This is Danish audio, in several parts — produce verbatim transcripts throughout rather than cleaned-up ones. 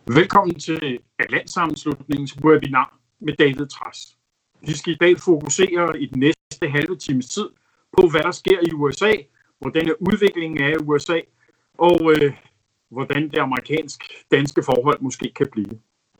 Velkommen til Atlantsammenslutningens webinar med David Trads. Vi skal i dag fokusere i den næste halve times tid på, hvad der sker i U S A, hvordan er udviklingen af U S A, og øh, hvordan det amerikansk-danske forhold måske kan blive.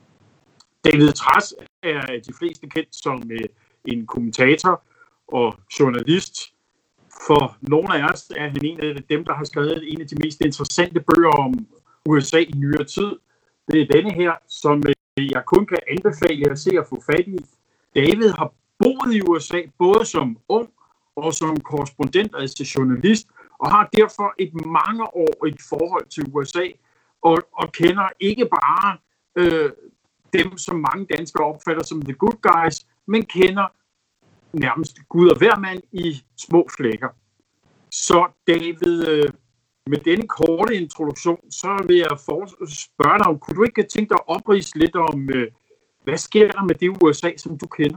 David Trads er de fleste kendt som øh, en kommentator og journalist. For nogle af os er han en af dem, der har skrevet en af de mest interessante bøger om U S A i nyere tid. Det er denne her, som jeg kun kan anbefale jer at se at få fat i. David har boet i U S A både som ung og som korrespondent, altså journalist, og har derfor et mangeårigt forhold til U S A, og, og kender ikke bare øh, dem, som mange danskere opfatter som the good guys, men kender nærmest Gud og hver mand i små flækker. Så David, øh, med denne korte introduktion, så vil jeg spørge dig om, kunne du ikke tænke dig at opridse lidt om, øh, hvad sker der med det U S A, som du kender?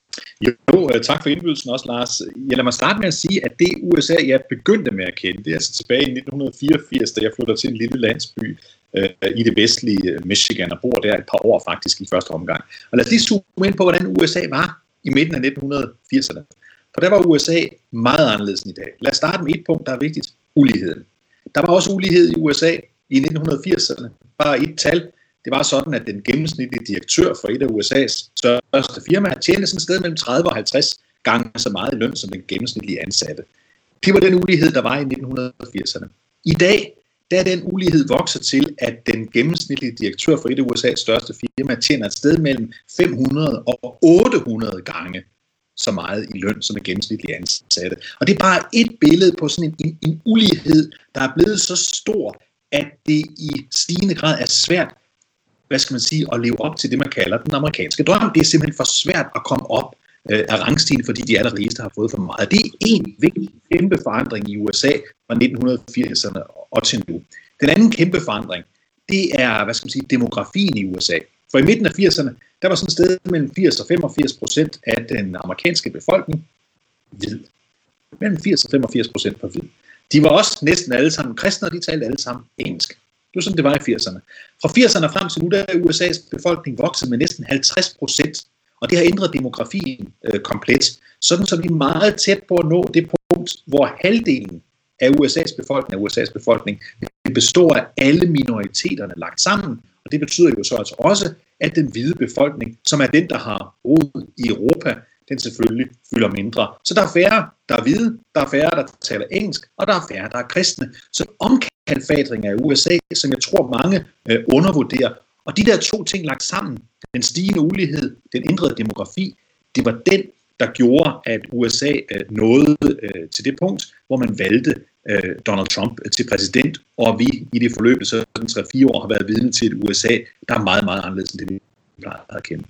Jo, tak for indbydelsen også, Lars. Jeg lader mig starte med at sige, at det U S A, jeg begyndte med at kende, det er altså tilbage i nitten fireogfirs, da jeg flyttede til en lille landsby øh, i det vestlige Michigan og bor der et par år faktisk i første omgang. Og lad os lige zoome ind på, hvordan U S A var i midten af nitten firserne. For der var U S A meget anderledes end i dag. Lad os starte med et punkt, der er vigtigt. Uligheden. Der var også ulighed i U S A i nitten firserne. Bare et tal. Det var sådan, at den gennemsnitlige direktør for et af U S A's største firmaer tjente sådan et sted mellem tredive og halvtreds gange så meget i løn som den gennemsnitlige ansatte. Det var den ulighed, der var i nitten firserne. I dag der er den ulighed vokset til, at den gennemsnitlige direktør for et af U S A's største firmaer tjener et sted mellem fem hundrede og otte hundrede gange så meget i løn som en gennemsnitlig ansatte. Og det er bare et billede på sådan en, en, en ulighed, der er blevet så stor, at det i stigende grad er svært, hvad skal man sige, at leve op til det, man kalder den amerikanske drøm. Det er simpelthen for svært at komme op øh, af rangstigen, fordi de allerrigeste har fået for meget. Det er en vigtig kæmpe forandring i U S A fra nitten firserne og til nu. Den anden kæmpe forandring, det er, hvad skal man sige, demografien i U S A. For i midten af firserne, der var sådan et sted mellem firs og femogfirs procent af den amerikanske befolkning hvid. Mellem firs og femogfirs procent var hvid. De var også næsten alle sammen kristne, og de talte alle sammen engelsk. Det var sådan, det var i firserne. Fra firserne frem til nu, der er U S A's befolkning vokset med næsten halvtreds procent, og det har ændret demografien øh, komplet, sådan så vi er meget tæt på at nå det punkt, hvor halvdelen af U S A's befolkning, af U S A's befolkning består af alle minoriteterne lagt sammen, og det betyder jo så altså også, at den hvide befolkning, som er den, der har boet i Europa, den selvfølgelig fylder mindre. Så der er færre, der er hvide, der er færre, der taler engelsk, og der er færre, der er kristne. Så omkalfatring af U S A, som jeg tror mange øh, undervurderer, og de der to ting lagt sammen, den stigende ulighed, den ændrede demografi, det var den, der gjorde, at U S A øh, nåede øh, til det punkt, hvor man valgte øh, Donald Trump øh, til præsident, og vi i det forløbet så tre fire år har været vidne til et U S A, der er meget, meget anderledes end det, vi plejer at kende.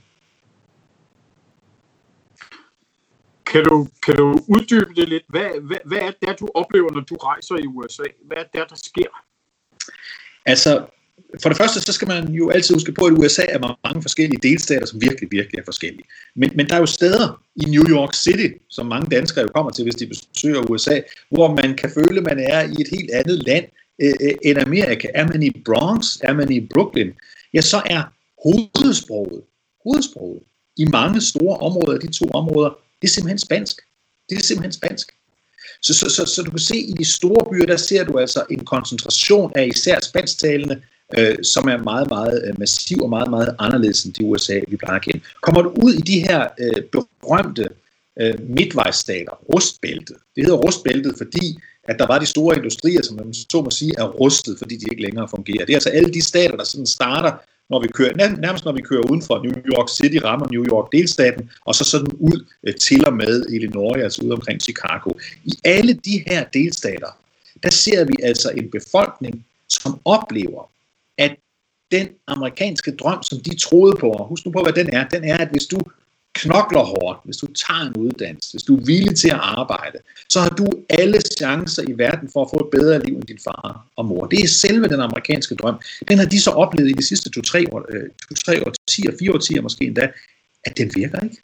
Kan du, kan du uddybe det lidt? Hvad, hvad, hvad er det, du oplever, når du rejser i U S A? Hvad er det, der sker? Altså, for det første, så skal man jo altid huske på, at U S A er mange forskellige delstater, som virkelig, virkelig er forskellige. Men, men der er jo steder i New York City, som mange danskere jo kommer til, hvis de besøger U S A, hvor man kan føle, at man er i et helt andet land øh, end Amerika. Er man i Bronx? Er man i Brooklyn? Ja, så er hovedsproget, hovedsproget i mange store områder, de to områder, det er simpelthen spansk. Det er simpelthen spansk. Så, så, så, så du kan se, i de store byer, der ser du altså en koncentration af især spansktalende, øh, som er meget, meget øh, massiv og meget, meget anderledes end de U S A, vi plejer at kende. Kommer du ud i de her øh, berømte øh, midtvejsstater, rustbæltet. Det hedder rustbæltet, fordi at der var de store industrier, som man så må sige, er rustet, fordi de ikke længere fungerer. Det er altså alle de stater, der sådan starter, når vi kører, nærmest når vi kører uden for New York City, rammer New York delstaten, og så sådan ud øh, til og med Illinois, altså ud omkring Chicago. I alle de her delstater, der ser vi altså en befolkning, som oplever, at den amerikanske drøm, som de troede på, og husk nu på, hvad den er, den er, at hvis du knokler hårdt, hvis du tager en uddannelse, hvis du er villig til at arbejde, så har du alle chancer i verden for at få et bedre liv end din far og mor. Det er selve den amerikanske drøm. Den har de så oplevet i de sidste to-tre år, to-tre årtier, fire årtier måske endda, at den virker ikke.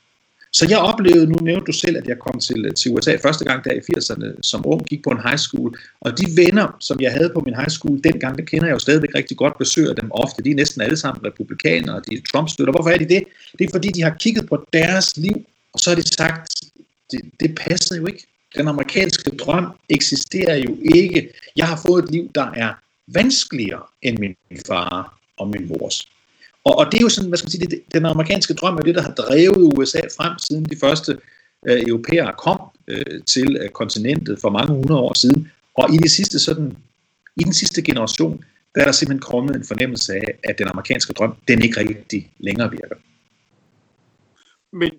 Så jeg oplevede, nu nævnte du selv, at jeg kom til, til U S A første gang der i firserne som ung, gik på en high school, og de venner, som jeg havde på min high school dengang, det kender jeg jo stadigvæk rigtig godt, besøger dem ofte, de er næsten alle sammen republikanere, og de er Trump-støtter. Hvorfor er de det? Det er fordi, de har kigget på deres liv, og så har de sagt, det, det passer jo ikke. Den amerikanske drøm eksisterer jo ikke. Jeg har fået et liv, der er vanskeligere end min far og min mors. Og, og det er jo sådan, hvad skal man sige, det, den amerikanske drøm er det, der har drevet U S A frem, siden de første øh, europæere kom øh, til øh, kontinentet for mange hundrede år siden. Og i, det sidste, sådan, i den sidste generation, der er der simpelthen kommet en fornemmelse af, at den amerikanske drøm, den ikke rigtig længere virker. Men,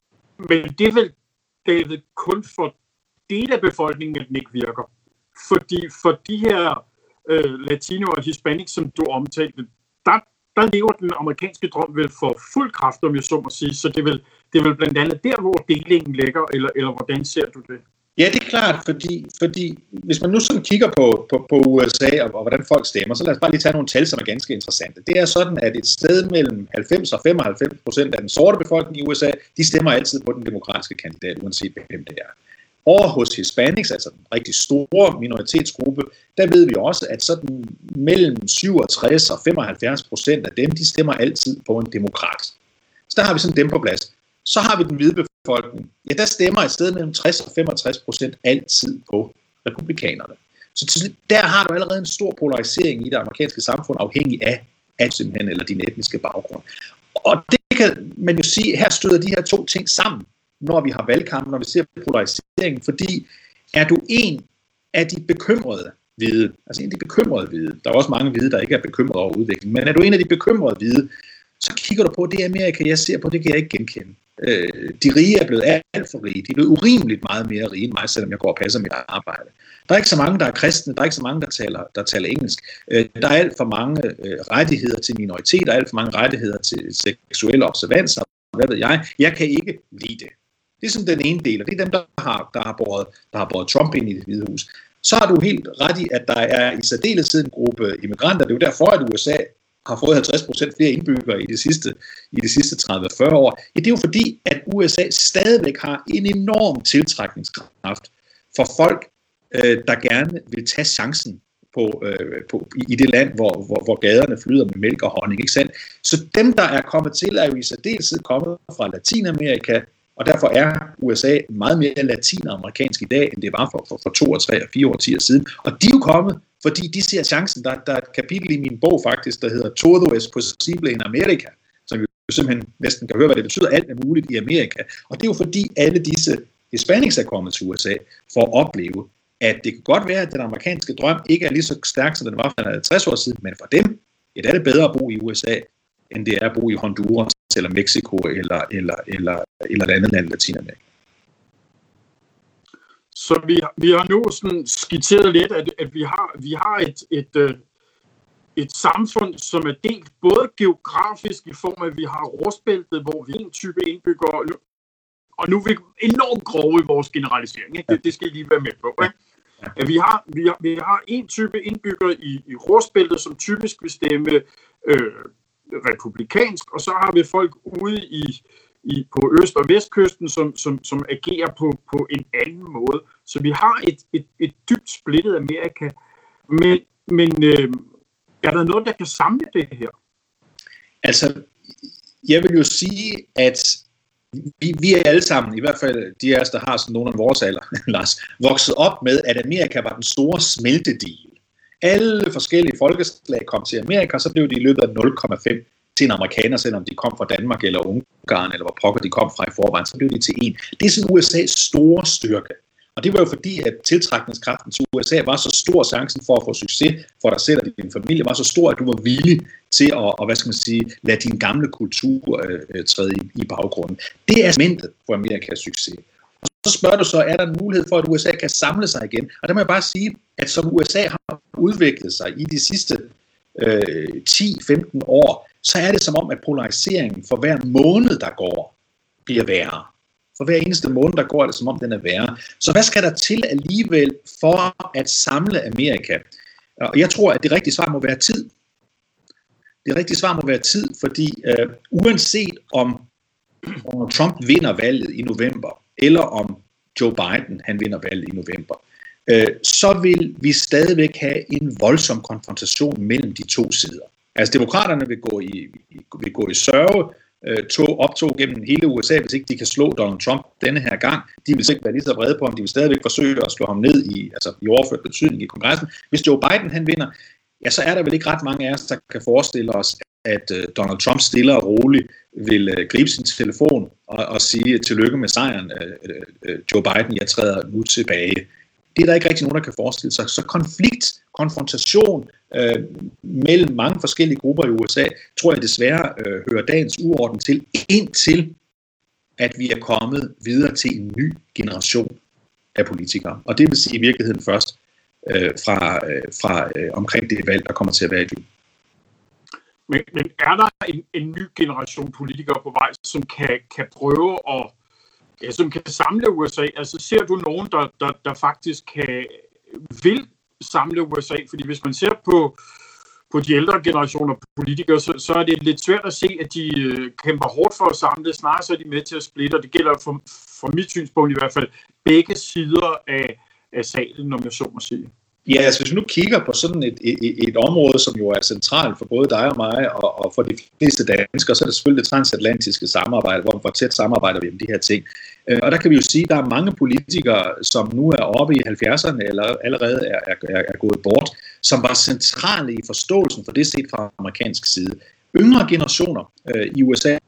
men det er vel, David, kun for del af befolkningen, at den ikke virker. Fordi for de her øh, latino og hispanics, som du omtalte, der der lever den amerikanske drøm vel for fuld kraft, om jeg så må sige. Så det er vel, det er vel blandt andet der, hvor delingen ligger, eller, eller hvordan ser du det? Ja, det er klart, fordi, fordi hvis man nu sådan kigger på, på, på U S A og, og hvordan folk stemmer, så lad os bare lige tage nogle tal, som er ganske interessante. Det er sådan, at et sted mellem halvfems og femoghalvfems procent af den sorte befolkning i U S A, de stemmer altid på den demokratiske kandidat, uanset hvem det er. Og hos Hispanics, altså den rigtig store minoritetsgruppe, der ved vi også, at sådan mellem syvogtres og femoghalvfjerds procent af dem, de stemmer altid på en demokrat. Så der har vi sådan dem på plads. Så har vi den hvide befolkning. Ja, der stemmer et sted mellem tres og femogtres procent altid på republikanerne. Så der har du allerede en stor polarisering i det amerikanske samfund, afhængig af, af simpelthen eller din etniske baggrund. Og det kan man jo sige, her støder de her to ting sammen, når vi har valgkampen, når vi ser polariseringen, fordi er du en af de bekymrede hvide, altså en af de bekymrede hvide, der er også mange hvide, der ikke er bekymrede over udviklingen, men er du en af de bekymrede hvide, så kigger du på, det Amerika, jeg ser på, det kan jeg ikke genkende. Øh, de rige er blevet alt for rige, de er blevet urimeligt meget mere rige end mig, selvom jeg går og passer mit arbejde. Der er ikke så mange, der er kristne, der er ikke så mange, der taler, der taler engelsk. Øh, der er alt for mange øh, rettigheder til minoriteter, der er alt for mange rettigheder til seksuelle observanser, hvad ved jeg. Jeg kan ikke lide det. Det er sådan den ene del, og det er dem, der har, der har, båret, der har båret Trump ind i Det Hvide Hus. Så har du helt ret i, at der er i særdeleshed en gruppe immigranter. Det er jo derfor, at U S A har fået halvtreds procent flere indbyggere i de sidste, i de sidste tredive til fyrre år. Ja, det er jo fordi, at U S A stadigvæk har en enorm tiltrækningskraft for folk, øh, der gerne vil tage chancen på, øh, på, i, i det land, hvor, hvor, hvor gaderne flyder med mælk og honning. Ikke sandt? Så dem, der er kommet til, er jo i særdeleshed kommet fra Latinamerika, og derfor er U S A meget mere latinamerikansk i dag, end det var for, for, for to og tre og fire årtier siden. Og de er jo kommet, fordi de ser chancen. Der, der er et kapitel i min bog faktisk, der hedder Todo es posible in America, som vi jo simpelthen næsten kan høre, hvad det betyder. Alt er muligt i Amerika. Og det er jo fordi alle disse hispanics er kommet til U S A for at opleve, at det kan godt være, at den amerikanske drøm ikke er lige så stærk, som den var for halvtreds år siden, men for dem, ja, det er det bedre at bo i U S A, end det er at bo i Honduras, eller Mexico, eller, eller, eller, eller et andet land i Latinamerika. Så vi, vi har nu sådan skitseret lidt, at, at vi har, vi har et, et, et, et samfund, som er delt både geografisk i form af, at vi har Rustbæltet, hvor vi er en type indbyggere, og nu er vi enormt grove i vores generalisering. Ikke? Det, det skal I lige være med på. Ikke? At vi, har, vi, har, vi har en type indbyggere i, i Rustbæltet, som typisk vil stemme øh, republikansk, og så har vi folk ude i, i, på øst- og vestkysten, som, som, som agerer på, på en anden måde. Så vi har et, et, et dybt splittet Amerika. Men, men øh, er der noget, der kan samle det her? Altså, jeg vil jo sige, at vi, vi er alle sammen, i hvert fald de af os, der har sådan nogle af vores alder, Lars, vokset op med, at Amerika var den store smeltedigel. Alle forskellige folkeslag kom til Amerika, så blev de i løbet af nul komma fem til en amerikaner, selvom de kom fra Danmark eller Ungarn, eller hvor pokker de kom fra i forvejen, så blev de til en. Det er sådan U S A's store styrke. Og det var jo fordi, at tiltrækningskraften til U S A var så stor, chancen for at få succes for dig selv og din familie var så stor, at du var villig til at, og hvad skal man sige, lade din gamle kultur øh, træde i, i baggrunden. Det er cementet for Amerikas succes. Og så spørger du så, er der en mulighed for, at U S A kan samle sig igen? Og der må jeg bare sige, at som U S A har udviklet sig i de sidste øh, ti til femten år, så er det som om, at polariseringen for hver måned, der går, bliver værre. For hver eneste måned, der går, er det som om, den er værre. Så hvad skal der til alligevel for at samle Amerika? Og jeg tror, at det rigtige svar må være tid. Det rigtige svar må være tid, fordi øh, uanset om Donald Trump vinder valget i november, eller om Joe Biden han vinder valget i november, øh, så vil vi stadigvæk have en voldsom konfrontation mellem de to sider. Altså demokraterne vil gå i, vil gå i sørge, øh, tog, optog gennem hele U S A, hvis ikke de kan slå Donald Trump denne her gang. De vil ikke være lige så vrede på ham, de vil stadigvæk forsøge at slå ham ned i, altså i overført betydning i kongressen. Hvis Joe Biden han vinder, ja, så er der vel ikke ret mange af os, der kan forestille os, at øh, Donald Trump stille og roligt vil øh, gribe sin telefon og, og sige tillykke med sejren, øh, øh, Joe Biden, jeg træder nu tilbage. Det er der ikke rigtig nogen, der kan forestille sig. Så konflikt, konfrontation øh, mellem mange forskellige grupper i U S A, tror jeg desværre øh, hører dagens uorden til, indtil at vi er kommet videre til en ny generation af politikere. Og det vil sige i virkeligheden først øh, fra, øh, fra øh, omkring det valg, der kommer til at være i juli. Men, men er der en, en ny generation politikere på vej, som kan, kan prøve at, ja, som kan samle U S A? Altså ser du nogen, der, der, der faktisk kan, vil samle U S A? Fordi hvis man ser på, på de ældre generationer politikere, så, så er det lidt svært at se, at de øh, kæmper hårdt for at samle. Snarere så er de med til at splitte, og det gælder for, for mit synspunkt i hvert fald begge sider af, af salen, om jeg så må sige. Ja, altså hvis vi nu kigger på sådan et, et, et område, som jo er centralt for både dig og mig, og, og for de fleste danskere, så er det selvfølgelig det transatlantiske samarbejde, hvor, hvor tæt samarbejder vi om de her ting. Og der kan vi jo sige, at der er mange politikere, som nu er oppe i halvfjerdserne, eller allerede er, er, er gået bort, som var centrale i forståelsen for det set fra amerikansk side. Yngre generationer øh, i U S A er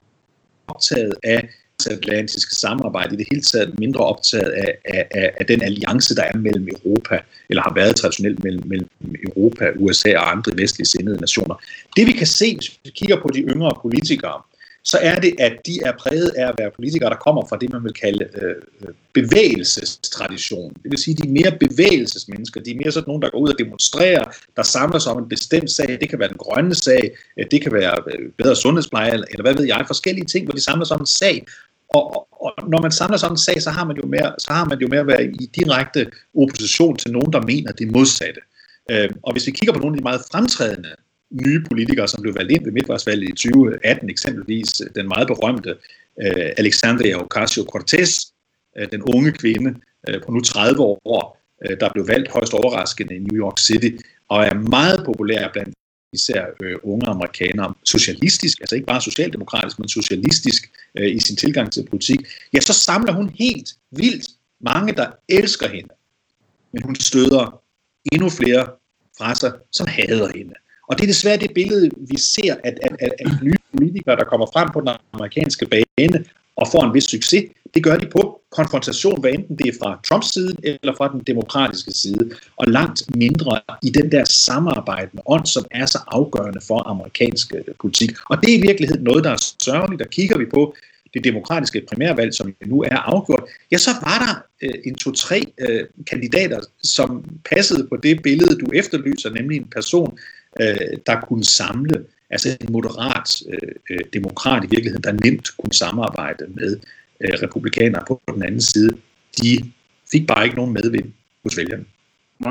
optaget af atlantiske samarbejde, i det hele taget mindre optaget af, af, af den alliance, der er mellem Europa, eller har været traditionelt mellem, mellem Europa, U S A og andre vestlige sindede nationer. Det vi kan se, hvis vi kigger på de yngre politikere, så er det, at de er præget af at være politikere, der kommer fra det, man vil kalde øh, bevægelsestradition. Det vil sige, at de er mere bevægelsesmennesker. De er mere sådan nogen, der går ud og demonstrerer, der samler sig om en bestemt sag. Det kan være den grønne sag, det kan være bedre sundhedspleje, eller hvad ved jeg, forskellige ting, hvor de samler sig om en sag. Og, og, og når man samler sig om en sag, så har man jo mere, så har man jo mere at være i direkte opposition til nogen, der mener det modsatte. Øh, og hvis vi kigger på nogle af de meget fremtrædende nye politikere, som blev valgt ind ved midtvejsvalget i tyve atten, eksempelvis den meget berømte øh, Alexandria Ocasio-Cortez, øh, den unge kvinde øh, på nu tredive år, øh, der blev valgt højst overraskende i New York City, og er meget populær blandt især øh, unge amerikanere, socialistisk, altså ikke bare socialdemokratisk, men socialistisk øh, i sin tilgang til politik, ja, så samler hun helt vildt mange, der elsker hende, men hun støder endnu flere fra sig, som hader hende. Og det er desværre det billede, vi ser, at, at, at, at nye politikere, der kommer frem på den amerikanske bane og får en vis succes, det gør de på konfrontation, hvad enten det er fra Trumps side eller fra den demokratiske side, og langt mindre i den der samarbejdende ånd, som er så afgørende for amerikansk politik. Og det er i virkeligheden noget, der er sørgeligt, der kigger vi på det demokratiske primærvalg, som nu er afgjort, ja, så var der øh, en to-tre øh, kandidater, som passede på det billede, du efterlyser, nemlig en person, øh, der kunne samle, altså en moderat øh, demokrat i virkeligheden, der nemt kunne samarbejde med øh, republikanere på den anden side. De fik bare ikke nogen medvind hos vælgerne. Nej.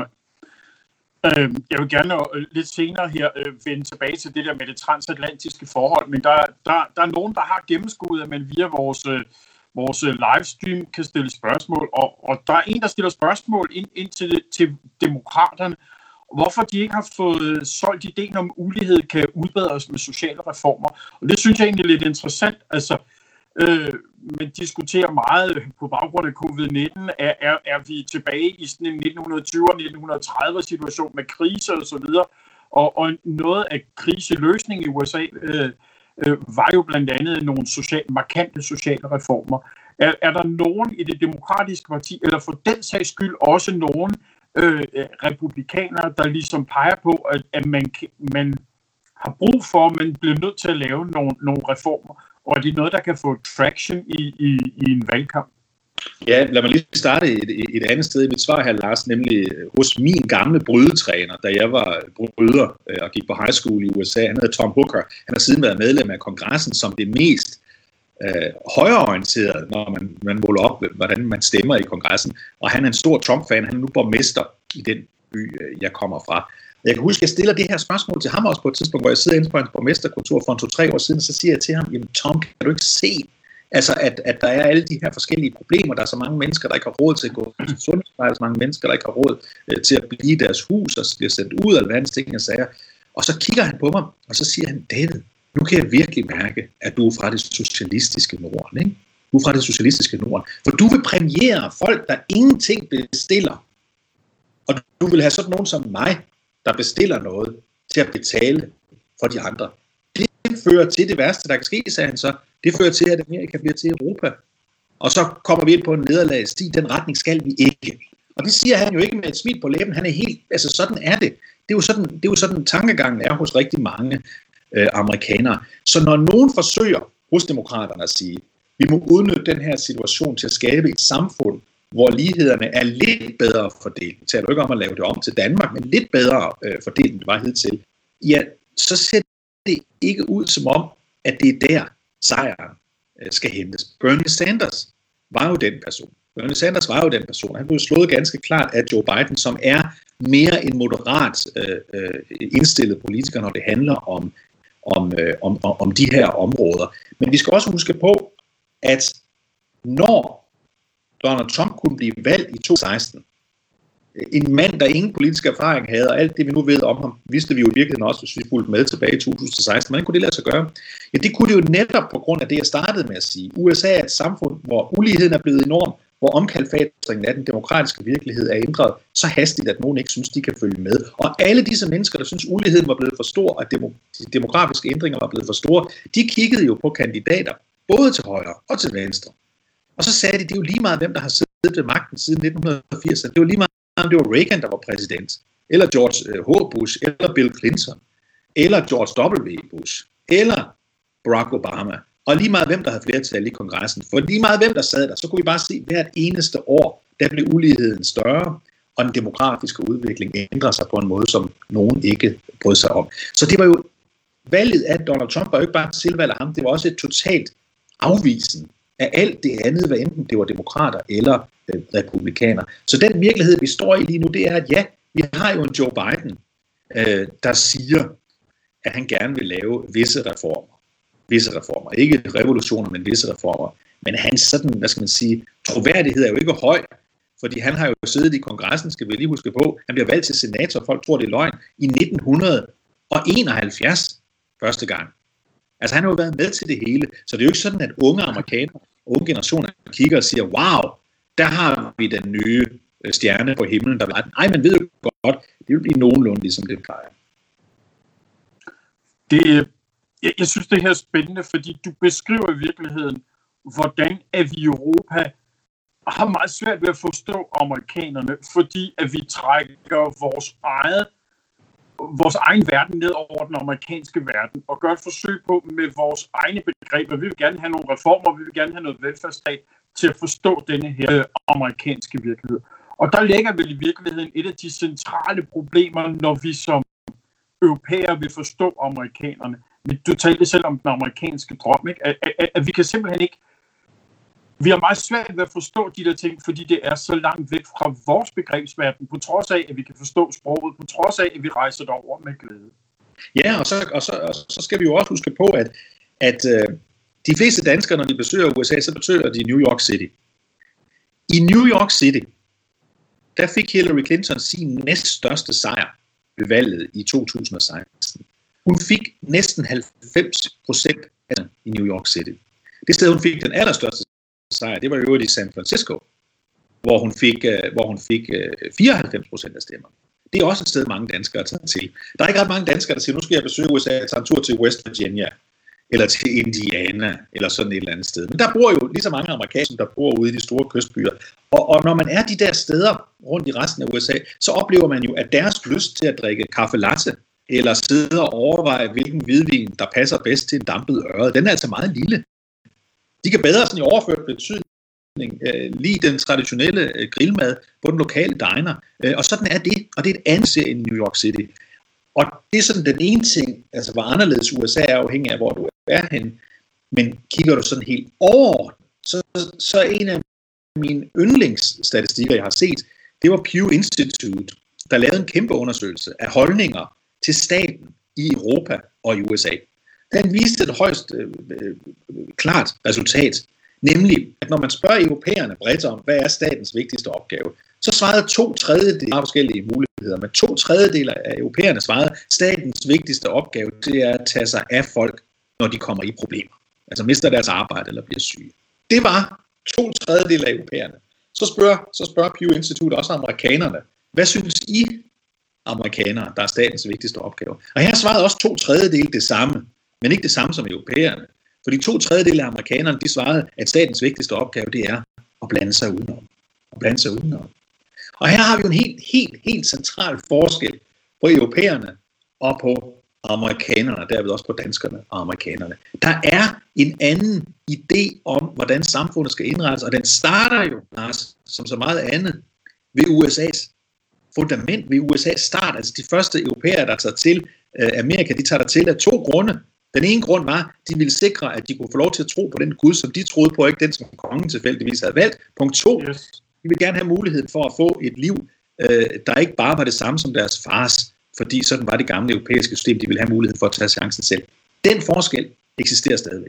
Jeg vil gerne lidt senere her vende tilbage til det der med det transatlantiske forhold, men der, der, der er nogen, der har gennemskuet, at man via vores, vores livestream kan stille spørgsmål, og, og der er en, der stiller spørgsmål ind, ind til, til demokraterne, hvorfor de ikke har fået solgt ideen om ulighed kan udbedres med sociale reformer. Og det synes jeg egentlig er lidt interessant. Altså, øh, man diskuterer meget på baggrund af covid nitten, er, er, er vi tilbage i sådan en nitten tyve og nitten tredive situation med kriser og så videre, og, og noget af kriseløsningen i U S A øh, øh, var jo blandt andet nogle social, markante sociale reformer. Er, er der nogen i det demokratiske parti, eller for den sags skyld også nogen øh, republikanere, der ligesom peger på, at, at man, man har brug for, at man bliver nødt til at lave nogle, nogle reformer, og er det noget, der kan få traction i, i, i en valgkamp? Ja, lad mig lige starte et, et andet sted i mit svar her, Lars, nemlig hos min gamle brydetræner, da jeg var bryder og gik på high school i U S A. Han hedder Tom Hooker. Han har siden været medlem af kongressen som det mest øh, højreorienterede, når man, man måler op, hvordan man stemmer i kongressen. Og han er en stor Trump-fan. Han er nu borgmester i den by, jeg kommer fra. Jeg kan huske, at jeg stiller det her spørgsmål til ham også på et tidspunkt, hvor jeg sidder inde på hans borgmesterkontor for en to-tre år siden, og så siger jeg til ham, jamen Tom, kan du ikke se, Altså, at, at der er alle de her forskellige problemer. Der er så mange mennesker, der ikke har råd til at gå til sundhedspleje, så mange mennesker, der ikke har råd øh, til at blive i deres hus og bliver sendt ud af alverdens ting og sager. Og så kigger han på mig, og så siger han, David, nu kan jeg virkelig mærke, at du er fra det socialistiske Norden, ikke? Du er fra det socialistiske Norden. For du vil præmiere folk, der ingenting bestiller. Og du vil have sådan nogen som mig, der bestiller noget til at betale for de andre. Det fører til det værste, der kan ske, sagde han så. Det fører til, at Amerika bliver til Europa. Og så kommer vi ind på en nederlagssti. Den retning skal vi ikke. Og det siger han jo ikke med et smil på læben. Han er helt, altså sådan er det. Det er jo sådan, det er jo sådan tankegangen er hos rigtig mange øh, amerikanere. Så når nogen forsøger hos demokraterne at sige, vi må udnytte den her situation til at skabe et samfund, hvor lighederne er lidt bedre fordelt. Det taler jo ikke om at lave det om til Danmark, men lidt bedre øh, fordelt, end det var hidtil. Ja, så ser det ikke ud som om, at det er der sejren øh, skal hentes. Bernie Sanders var jo den person. Bernie Sanders var jo den person. Han blev slået ganske klart af Joe Biden, som er mere en moderat øh, øh, indstillet politiker, når det handler om, om, øh, om, om de her områder. Men vi skal også huske på, at når Donald Trump kunne blive valgt i to tusind og seksten, en mand, der ingen politisk erfaring havde, og alt det, vi nu ved om ham, vidste vi jo i virkeligheden også, hvis vi fulgte med tilbage i to tusind og seksten. Hvordan kunne det lade sig gøre? Ja, det kunne det jo netop på grund af det, jeg startede med at sige. U S A er et samfund, hvor uligheden er blevet enorm, hvor omkalfatringen af den demokratiske virkelighed er ændret så hastigt, at nogen ikke synes, de kan følge med. Og alle disse mennesker, der synes, uligheden var blevet for stor, og de demografiske ændringer var blevet for store, de kiggede jo på kandidater, både til højre og til venstre. Og så sagde de, det er jo lige meget, hvem der har siddet ved magten siden nitten firserne. Det var lige meget, om det var Reagan, der var præsident, eller George H. Bush, eller Bill Clinton, eller George W. Bush, eller Barack Obama. Og lige meget, hvem der havde flertal i kongressen. For lige meget, hvem der sad der, så kunne vi bare se, at hvert eneste år, der blev uligheden større, og den demografiske udvikling ændrer sig på en måde, som nogen ikke brød sig om. Så det var jo, valget af Donald Trump var jo ikke bare et tilvalg af ham, det var også et totalt afvisen af alt det andet, hvad enten det var demokrater eller øh, republikaner. Så den virkelighed, vi står i lige nu, det er, at ja, vi har jo en Joe Biden, øh, der siger, at han gerne vil lave visse reformer. Visse reformer. Ikke revolutioner, men visse reformer. Men hans sådan, hvad skal man sige, troværdighed er jo ikke høj, fordi han har jo siddet i kongressen, skal vi lige huske på. Han bliver valgt til senator, folk tror, det er løgn, i nitten enoghalvfjerds første gang. Altså han har jo været med til det hele, så det er jo ikke sådan, at unge amerikanere, unge generationer kigger og siger, wow, der har vi den nye stjerne på himlen, der var. Nej, man ved jo godt, det vil blive nogenlunde ligesom det plejer. Det, jeg, jeg synes, det her er spændende, fordi du beskriver i virkeligheden, hvordan at vi i Europa har meget svært ved at forstå amerikanerne, fordi at vi trækker vores eget vores egen verden ned over den amerikanske verden, og gør et forsøg på med vores egne begreber. Vi vil gerne have nogle reformer, vi vil gerne have noget velfærdsstat til at forstå denne her amerikanske virkelighed. Og der ligger vel i virkeligheden et af de centrale problemer, når vi som europæere vil forstå amerikanerne. Du talte selv om den amerikanske drøm, ikke? At, at, at vi kan simpelthen ikke Vi har meget svært ved at forstå de der ting, fordi det er så langt væk fra vores begrebsverden, på trods af, at vi kan forstå sproget, på trods af, at vi rejser derover med glæde. Ja, og så, og så, og så skal vi jo også huske på, at, at uh, de fleste danskere, når de besøger U S A, så besøger de New York City. I New York City, der fik Hillary Clinton sin næststørste sejr ved valget i to tusind og seksten. Hun fik næsten halvfems procent af den i New York City. Det sted, hun fik den allerstørste sejr, det var jo i San Francisco, hvor hun fik, uh, hvor hun fik uh, fireoghalvfems procent af stemmerne. Det er også et sted, mange danskere tager til. Der er ikke ret mange danskere, der siger, nu skal jeg besøge U S A, jeg tager en tur til West Virginia, eller til Indiana, eller sådan et eller andet sted. Men der bor jo lige så mange amerikanere, der bor ude i de store kystbyer. Og, og når man er de der steder rundt i resten af U S A, så oplever man jo, at deres lyst til at drikke kaffe latte, eller sidde og overveje, hvilken hvidvin, der passer bedst til en dampet øre, den er altså meget lille. De kan bedre sådan i overført betydning øh, lide den traditionelle øh, grillmad på den lokale diner. Øh, og sådan er det, og det er et andet serie i New York City. Og det er sådan den ene ting, altså hvor anderledes U S A er afhængig af, hvor du er henne. Men kigger du sådan helt overordnet, så, så en af mine yndlingsstatistikker, jeg har set, det var Pew Institute, der lavede en kæmpe undersøgelse af holdninger til staten i Europa og i U S A. Den viste et højst øh, klart resultat, Nemlig, at når man spørger europæerne bredt om, hvad er statens vigtigste opgave, så svarede to tredjedele af forskellige muligheder, men to tredjedele af europæerne svarede, statens vigtigste opgave, det er at tage sig af folk, når de kommer i problemer. Altså mister deres arbejde eller bliver syge. Det var to tredjedele af europæerne. Så spørger, så spørger Pew Institute også amerikanerne, hvad synes I, amerikanere, der er statens vigtigste opgave? Og her svarede også to tredjedele det samme, men ikke det samme som europæerne. Fordi to tredjedele af amerikanerne, de svarede, at statens vigtigste opgave, det er at blande sig udenom. At blande sig udenom. Og her har vi jo en helt, helt, helt central forskel på europæerne og på amerikanerne, derved også på danskerne og amerikanerne. Der er en anden idé om, hvordan samfundet skal indrettes, og den starter jo, Lars, som så meget andet, ved U S A's fundament, ved U S A's start. Altså de første europæere, der tager til øh, Amerika, de tager der til af to grunde. Den ene grund var, at de ville sikre, at de kunne få lov til at tro på den Gud, som de troede på, ikke den, som kongen tilfældigvis havde valgt. Punkt to, yes. De ville gerne have mulighed for at få et liv, øh, der ikke bare var det samme som deres fars, fordi sådan var det gamle europæiske system, de ville have mulighed for at tage chancen selv. Den forskel eksisterer stadigvæk.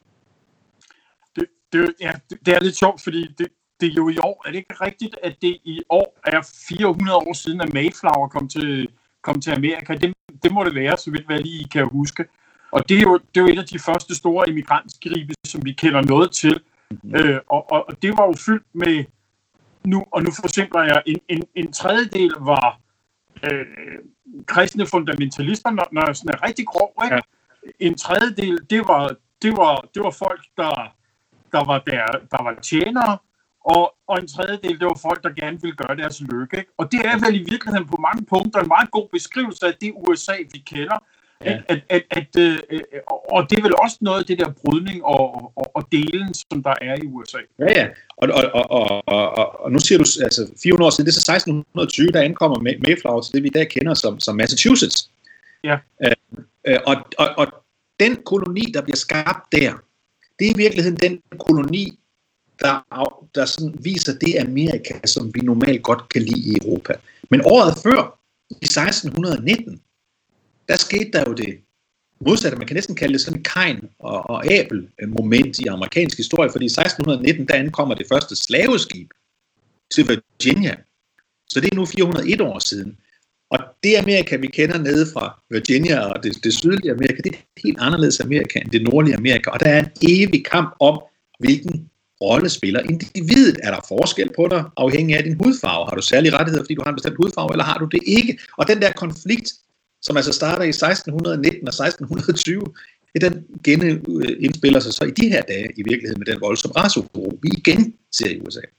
Det, det, ja, det er lidt sjovt, fordi det, det er jo i år, er det ikke rigtigt, at det i år er fire hundrede år siden, at Mayflower kom til, kom til Amerika? Det, det må det være, så vidt hvad lige kan huske. Og det er, jo, det er jo et af de første store immigrantskibe, som vi kender noget til. Mm-hmm. Øh, og, og, og det var jo fyldt med, nu, og nu forsimpler jeg, en, en, en tredjedel var øh, kristne fundamentalister, når, når jeg sådan er rigtig grov, ikke? Ja. En tredjedel, det var, det var, det var folk, der, der, var der, der var tjenere, og, og en tredjedel, det var folk, der gerne ville gøre deres lykke. Ikke? Og det er vel i virkeligheden på mange punkter en meget god beskrivelse af det U S A, vi kender. Ja. At, at, at, øh, og det er vel også noget af det der brydning og, og, og delen, som der er i U S A. Ja, ja. Og, og, og, og, og, og nu siger du, altså fire hundrede år siden, det er så seksten tyve, der ankommer Mayflower til det, vi i dag kender som, som Massachusetts. Ja. Øh, øh, og, og, og den koloni, der bliver skabt der, det er i virkeligheden den koloni, der, der sådan viser det Amerika, som vi normalt godt kan lide i Europa. Men året før, i seksten nitten, der skete der jo det modsatte. Man kan næsten kalde det sådan en Kain og, og Abel moment i amerikansk historie, fordi i seksten nitten, der ankommer det første slaveskib til Virginia. Så det er nu fire hundrede og en år siden. Og det Amerika, vi kender nede fra Virginia og det, det sydlige Amerika, det er helt anderledes Amerika end det nordlige Amerika. Og der er en evig kamp om, hvilken rolle spiller individet. Er der forskel på dig, afhængig af din hudfarve? Har du særlige rettigheder, fordi du har en bestemt hudfarve, eller har du det ikke? Og den der konflikt, som altså starter i seksten nitten og seksten tyve, den genindspiller sig så i de her dage i virkeligheden med den voldsomme raceuro, vi igen ser i U S A.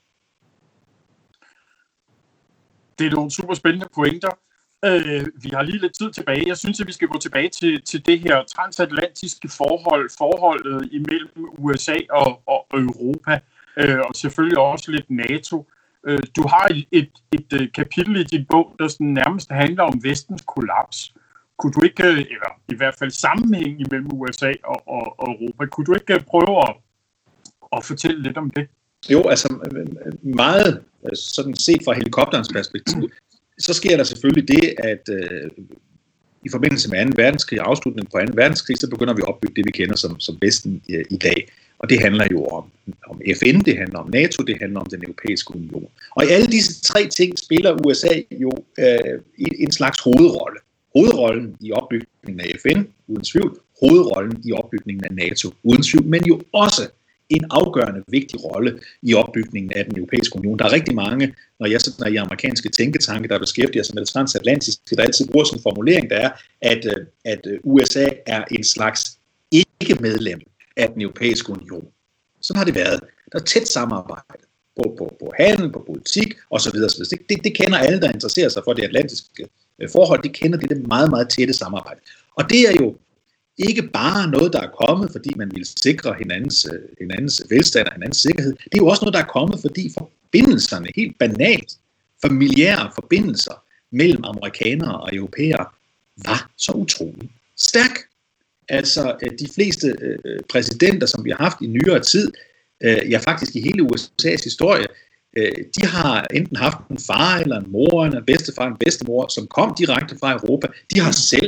Det er nogle super spændende pointer. Øh, vi har lige lidt tid tilbage. Jeg synes, at vi skal gå tilbage til, til det her transatlantiske forhold, forholdet imellem U S A og, og Europa, øh, og selvfølgelig også lidt NATO. Øh, du har et, et, et kapitel i din bog, der sådan nærmest handler om vestens kollaps. Kunne du ikke, eller i hvert fald sammenhæng imellem U S A og, og, og Europa, kunne du ikke prøve at, at fortælle lidt om det? Jo, altså meget sådan set fra helikopterens perspektiv, så sker der selvfølgelig det, at øh, i forbindelse med anden verdenskrig, afslutningen på anden verdenskrig, så begynder vi at opbygge det, vi kender som, som Vesten i, i dag. Og det handler jo om, om F N, det handler om NATO, det handler om den europæiske union. Og i alle disse tre ting spiller U S A jo øh, en slags hovedrolle. Hovedrollen i opbygningen af F N, uden tvivl. Hovedrollen i opbygningen af NATO, uden tvivl. Men jo også en afgørende vigtig rolle i opbygningen af den europæiske union. Der er rigtig mange, når jeg sidder i amerikanske tænketanke, der beskæftiger sig med det transatlantiske, der altid bruger sådan en formulering, der er, at, at U S A er en slags ikke-medlem af den europæiske union. Sådan har det været. Der er tæt samarbejde på, på, på handel, på politik osv. Det, det, det kender alle, der interesserer sig for det atlantiske forhold. De kender det, det meget, meget tætte samarbejde. Og det er jo ikke bare noget, der er kommet, fordi man vil sikre hinandens, hinandens velstand og hinandens sikkerhed. Det er jo også noget, der er kommet, fordi forbindelserne, helt banalt, familiære forbindelser mellem amerikanere og europæere, var så utroligt stærk. Altså de fleste øh, præsidenter, som vi har haft i nyere tid, øh, ja faktisk i hele U S A's historie, øh, de har enten haft en far eller en mor, eller en bedstefar, en bedstemor, som kom direkte fra Europa. De har selv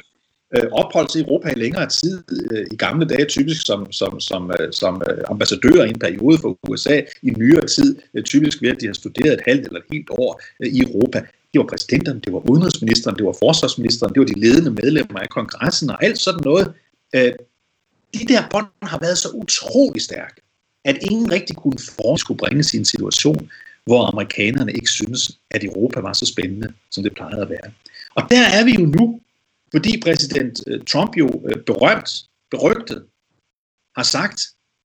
øh, opholdt sig i Europa i længere tid, øh, i gamle dage typisk som, som, som, øh, som øh, ambassadører i en periode for U S A, i nyere tid øh, typisk ved, at de har studeret et halvt eller et helt år øh, i Europa. Det var præsidenterne, det var udenrigsministeren, det var forsvarsministeren, det var de ledende medlemmer af kongressen og alt sådan noget. Øh, de der bånd har været så utrolig stærke, at ingen rigtig kunne for skulle bringes i en situation, hvor amerikanerne ikke synes, at Europa var så spændende, som det plejede at være. Og der er vi jo nu, fordi præsident Trump jo berømt, berygtet, har sagt,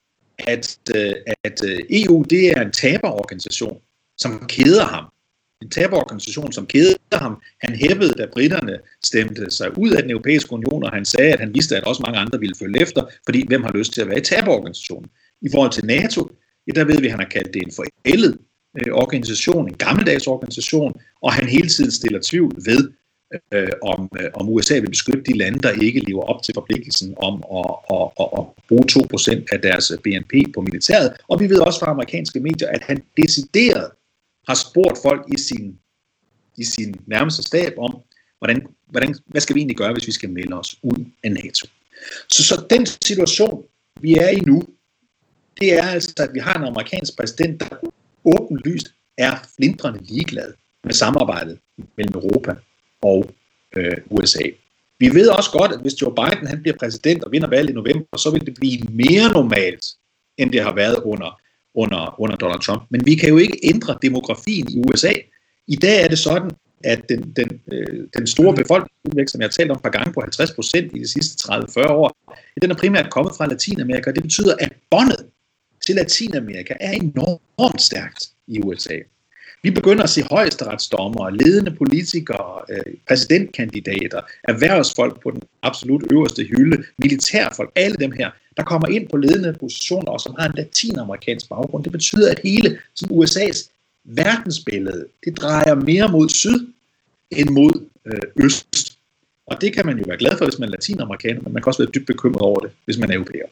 at, at E U det er en taberorganisation, som keder ham. En taberorganisation, som keder ham. Han hæppede, da britterne stemte sig ud af den europæiske union, og han sagde, at han vidste, at også mange andre ville følge efter, fordi hvem har lyst til at være i taberorganisationen? I forhold til NATO, ja, der ved vi, at han har kaldt det en forældet øh, organisation, en gammeldags organisation, og han hele tiden stiller tvivl ved, øh, om, øh, om U S A vil beskytte de lande, der ikke lever op til forpligtelsen om at, at, at, at bruge to procent af deres B N P på militæret. Og vi ved også fra amerikanske medier, at han decideret har spurgt folk i sin, i sin nærmeste stab om, hvordan, hvordan, hvad skal vi egentlig gøre, hvis vi skal melde os ud af NATO. Så, så den situation, vi er i nu, det er altså, at vi har en amerikansk præsident, der åbenlyst er flintrende ligeglad med samarbejdet mellem Europa og øh, U S A. Vi ved også godt, at hvis Joe Biden han bliver præsident og vinder valget i november, så vil det blive mere normalt, end det har været under, under, under Donald Trump. Men vi kan jo ikke ændre demografien i U S A. I dag er det sådan, at den, den, øh, den store befolkningsudvækst, som jeg har talt om et par gange på halvtreds procent i de sidste tredive til fyrre år, den er primært kommet fra Latinamerika, og det betyder, at båndet til Latinamerika er enormt stærkt i U S A. Vi begynder at se højesteretsdommere, ledende politikere, præsidentkandidater, erhvervsfolk på den absolut øverste hylde, militærfolk, alle dem her, der kommer ind på ledende positioner, og som har en latinamerikansk baggrund. Det betyder, at hele som U S A's verdensbillede, det drejer mere mod syd end mod øh, øst. Og det kan man jo være glad for, hvis man er latinamerikaner, men man kan også være dybt bekymret over det, hvis man er europæer.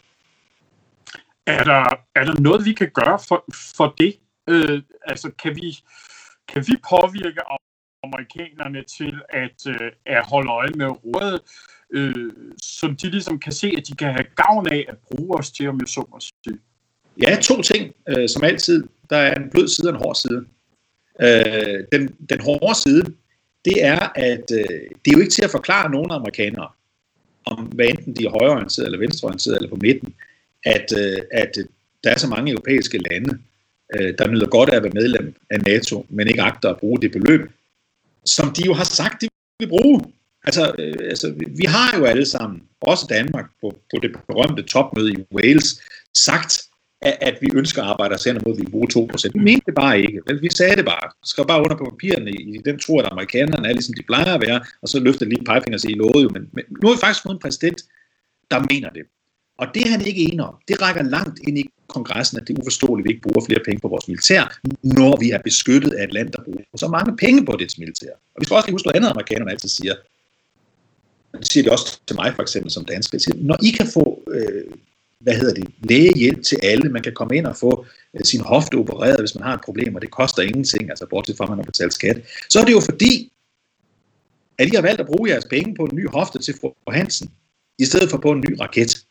Er der, er der noget, vi kan gøre for, for det? Øh, altså, kan vi, kan vi påvirke amerikanerne til at, øh, at holde øje med rådet, øh, som de ligesom kan se, at de kan have gavn af at bruge os til, om jeg så må sige? Ja, to ting, øh, som altid. Der er en blød side og en hård side. Øh, den, den hårde side, det er, at øh, det er jo ikke til at forklare nogen amerikanere, om hvad enten de er højreorienterede eller venstreorienterede eller på midten, at, øh, at der er så mange europæiske lande, øh, der nyder godt af at være medlem af NATO, men ikke agter at bruge det beløb, som de jo har sagt, de vil bruge. Altså, øh, altså vi har jo alle sammen, også Danmark, på, på det berømte topmøde i Wales, sagt, at, at vi ønsker at arbejde os hen mod, at vi bruger to procent. Vi mente det bare ikke. Vel, vi sagde det bare. Vi skrev bare under på papirerne i, i den tro, at amerikanerne er ligesom de plejer at være, og så løfter lige pegefinger og siger, I lovede jo, men, men nu har vi faktisk fået en præsident, der mener det. Og det han ikke er enig om, det rækker langt ind i kongressen, at det er uforståeligt, at vi ikke bruger flere penge på vores militær, når vi er beskyttet af et land, der bruger så mange penge på dets militær. Og vi skal også lige huske, hvad andet amerikanerne altid siger. Det siger det også til mig for eksempel som dansker. Siger, når I kan få øh, hvad hedder det, lægehjælp til alle, man kan komme ind og få øh, sin hofte opereret, hvis man har et problem, og det koster ingenting, altså bortset fra, at man har betalt skat, så er det jo fordi, at I har valgt at bruge jeres penge på en ny hofte til fru Hansen, i stedet for på en ny raket.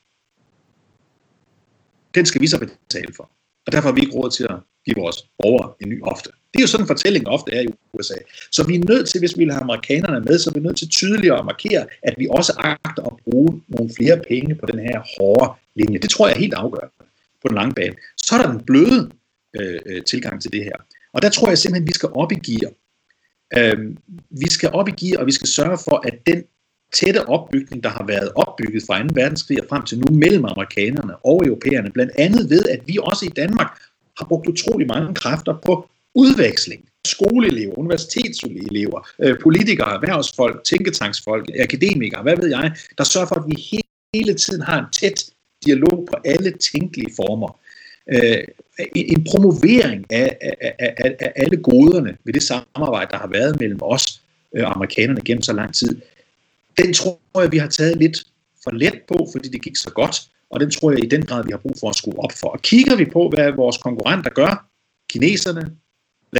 Den skal vi så betale for. Og derfor har vi ikke råd til at give vores borgere en ny hofte. Det er jo sådan en fortælling ofte er i U S A. Så vi er nødt til, hvis vi vil have amerikanerne med, så er vi nødt til tydeligere at markere, at vi også agter at bruge nogle flere penge på den her hårde linje. Det tror jeg er helt afgørende på den lange bane. Så er der den bløde øh, tilgang til det her. Og der tror jeg simpelthen, at vi skal op i gear. Øh, vi skal op i gear, og vi skal sørge for, at den tætte opbygning, der har været opbygget fra anden verdenskrig og frem til nu mellem amerikanerne og europæerne, blandt andet ved, at vi også i Danmark har brugt utrolig mange kræfter på udveksling. Skoleelever, universitetselever, øh, politikere, erhvervsfolk, tænketanksfolk, akademikere, hvad ved jeg, der sørger for, at vi hele tiden har en tæt dialog på alle tænkelige former. Øh, en promovering af, af, af, af alle goderne ved det samarbejde, der har været mellem os og amerikanerne gennem så lang tid. Den tror jeg, vi har taget lidt for let på, fordi det gik så godt, og den tror jeg i den grad, vi har brug for at skrue op for. Og kigger vi på, hvad vores konkurrenter gør, kineserne,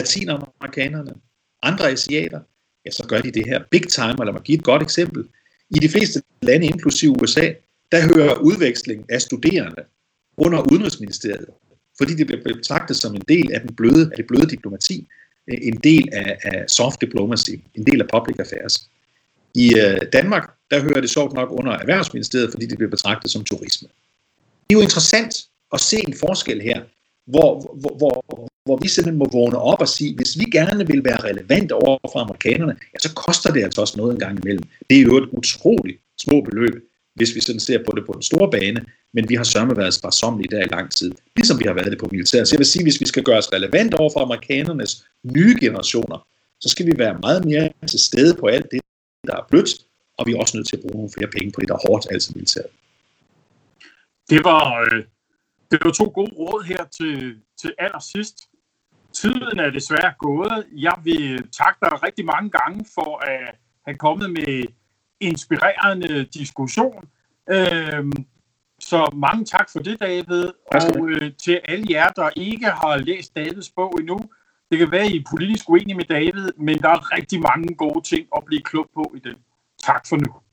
latinamerikanerne, andre asiater, ja, så gør de det her big time, og lad mig give et godt eksempel. I de fleste lande, inklusive U S A, der hører udveksling af studerende under Udenrigsministeriet, fordi det bliver betragtet som en del af, den bløde, af det bløde diplomati, en del af, af soft diplomacy, en del af public affairs. I øh, Danmark, der hører det sjovt nok under Erhvervsministeriet, fordi det bliver betragtet som turisme. Det er jo interessant at se en forskel her, hvor, hvor, hvor, hvor vi simpelthen må vågne op og sige, hvis vi gerne vil være relevant over for amerikanerne, ja, så koster det altså også noget en gang imellem. Det er jo et utroligt små beløb, hvis vi sådan ser på det på den store bane, men vi har sørme været sparsommelige der i lang tid, ligesom vi har været det på militæret. Så jeg vil sige, hvis vi skal gøre os relevant over for amerikanernes nye generationer, så skal vi være meget mere til stede på alt det, der er blødt, og vi er også nødt til at bruge nogle flere penge på det, der er hårdt, altså militæret. Det var, øh, det var to gode råd her til, til allersidst. Tiden er desværre gået. Jeg vil takke dig rigtig mange gange for at have kommet med inspirerende diskussion. Øhm, så mange tak for det, David. Og øh, til alle jer, der ikke har læst Davids bog endnu, det kan være, I er politisk uenige med David, men der er rigtig mange gode ting at blive klog på i den. Tak for nu.